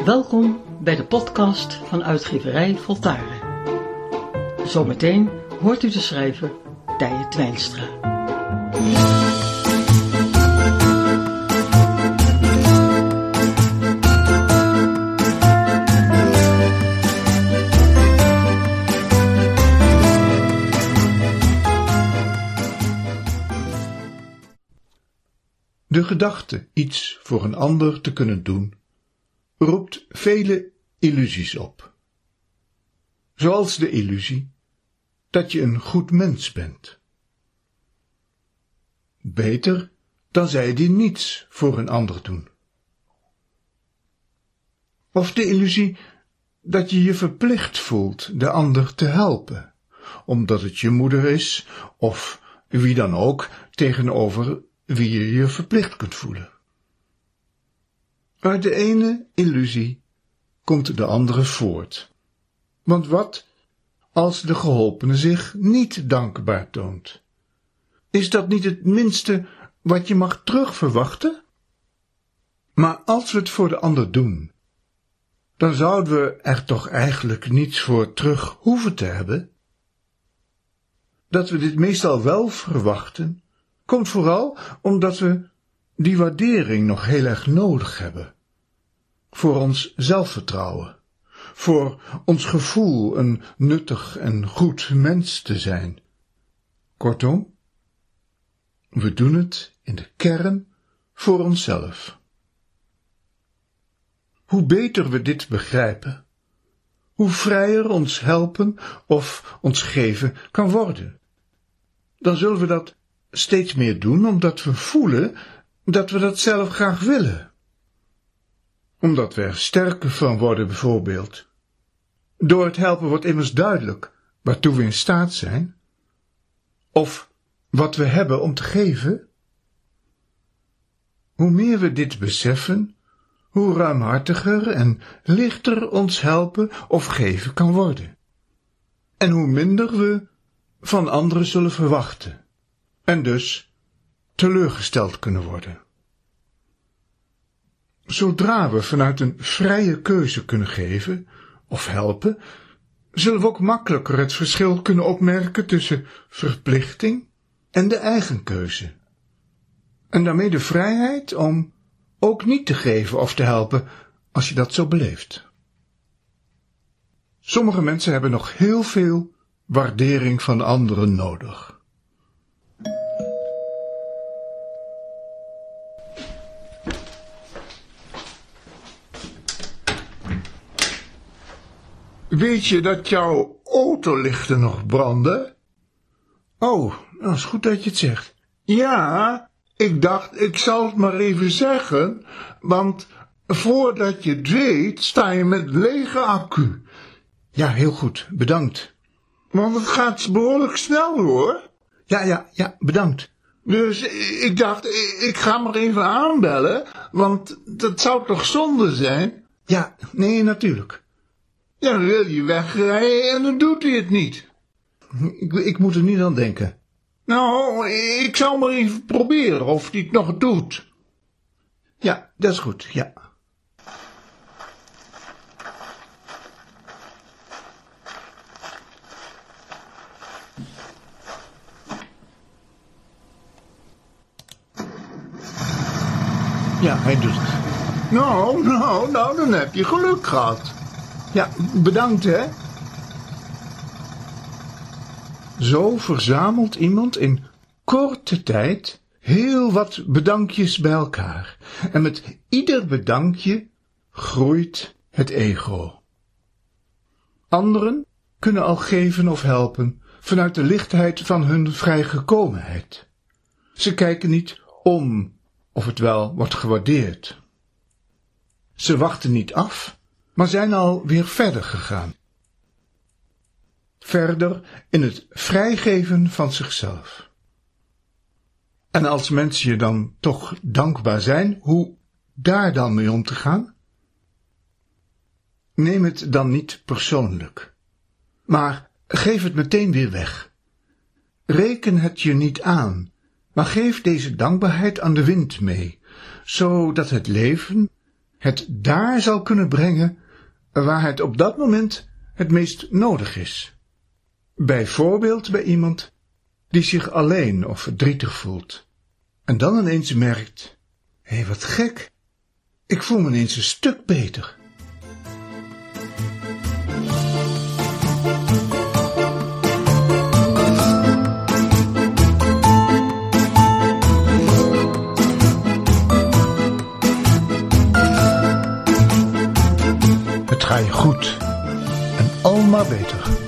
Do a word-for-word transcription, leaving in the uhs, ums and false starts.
Welkom bij de podcast van uitgeverij Voltaren. Zometeen hoort u de schrijver Tije Twijnstra. De gedachte iets voor een ander te kunnen doen, roept vele illusies op. Zoals de illusie dat je een goed mens bent. Beter dan zij die niets voor een ander doen. Of de illusie dat je je verplicht voelt de ander te helpen, omdat het je moeder is, of wie dan ook, tegenover wie je je verplicht kunt voelen. Uit de ene illusie komt de andere voort. Want wat als de geholpene zich niet dankbaar toont? Is dat niet het minste wat je mag terugverwachten? Maar als we het voor de ander doen, dan zouden we er toch eigenlijk niets voor terug hoeven te hebben? Dat we dit meestal wel verwachten, komt vooral omdat we die waardering nog heel erg nodig hebben. Voor ons zelfvertrouwen, voor ons gevoel een nuttig en goed mens te zijn. Kortom, we doen het in de kern voor onszelf. Hoe beter we dit begrijpen, hoe vrijer ons helpen of ons geven kan worden. Dan zullen we dat steeds meer doen, omdat we voelen dat we dat zelf graag willen. Omdat we er sterker van worden, bijvoorbeeld. Door het helpen wordt immers duidelijk waartoe we in staat zijn, of wat we hebben om te geven. Hoe meer we dit beseffen, hoe ruimhartiger en lichter ons helpen of geven kan worden. En hoe minder we van anderen zullen verwachten. En dus teleurgesteld kunnen worden. Zodra we vanuit een vrije keuze kunnen geven of helpen, zullen we ook makkelijker het verschil kunnen opmerken tussen verplichting en de eigen keuze. En daarmee de vrijheid om ook niet te geven of te helpen als je dat zo beleeft. Sommige mensen hebben nog heel veel waardering van anderen nodig. Weet je dat jouw autolichten nog branden? Oh, dat is goed dat je het zegt. Ja, ik dacht, ik zal het maar even zeggen, want voordat je het weet, sta je met lege accu. Ja, heel goed, bedankt. Want het gaat behoorlijk snel, hoor. Ja, ja, ja, bedankt. Dus ik dacht, ik ga maar even aanbellen, want dat zou toch zonde zijn? Ja, nee, natuurlijk. Ja, dan wil je wegrijden en dan doet hij het niet. Ik, ik moet er niet aan denken. Nou, ik zal maar even proberen of hij het nog doet. Ja, dat is goed, ja. Ja, hij doet het. Nou, nou, nou, dan heb je geluk gehad. Ja, bedankt, hè. Zo verzamelt iemand in korte tijd heel wat bedankjes bij elkaar. En met ieder bedankje groeit het ego. Anderen kunnen al geven of helpen vanuit de lichtheid van hun vrijgekomenheid. Ze kijken niet om of het wel wordt gewaardeerd. Ze wachten niet af, maar zijn al weer verder gegaan. Verder in het vrijgeven van zichzelf. En als mensen je dan toch dankbaar zijn, hoe daar dan mee om te gaan? Neem het dan niet persoonlijk, maar geef het meteen weer weg. Reken het je niet aan, maar geef deze dankbaarheid aan de wind mee, zodat het leven het daar zal kunnen brengen waar het op dat moment het meest nodig is. Bijvoorbeeld bij iemand die zich alleen of verdrietig voelt en dan ineens merkt: hé, hey, wat gek, ik voel me ineens een stuk beter. Het gaat je goed en al maar beter.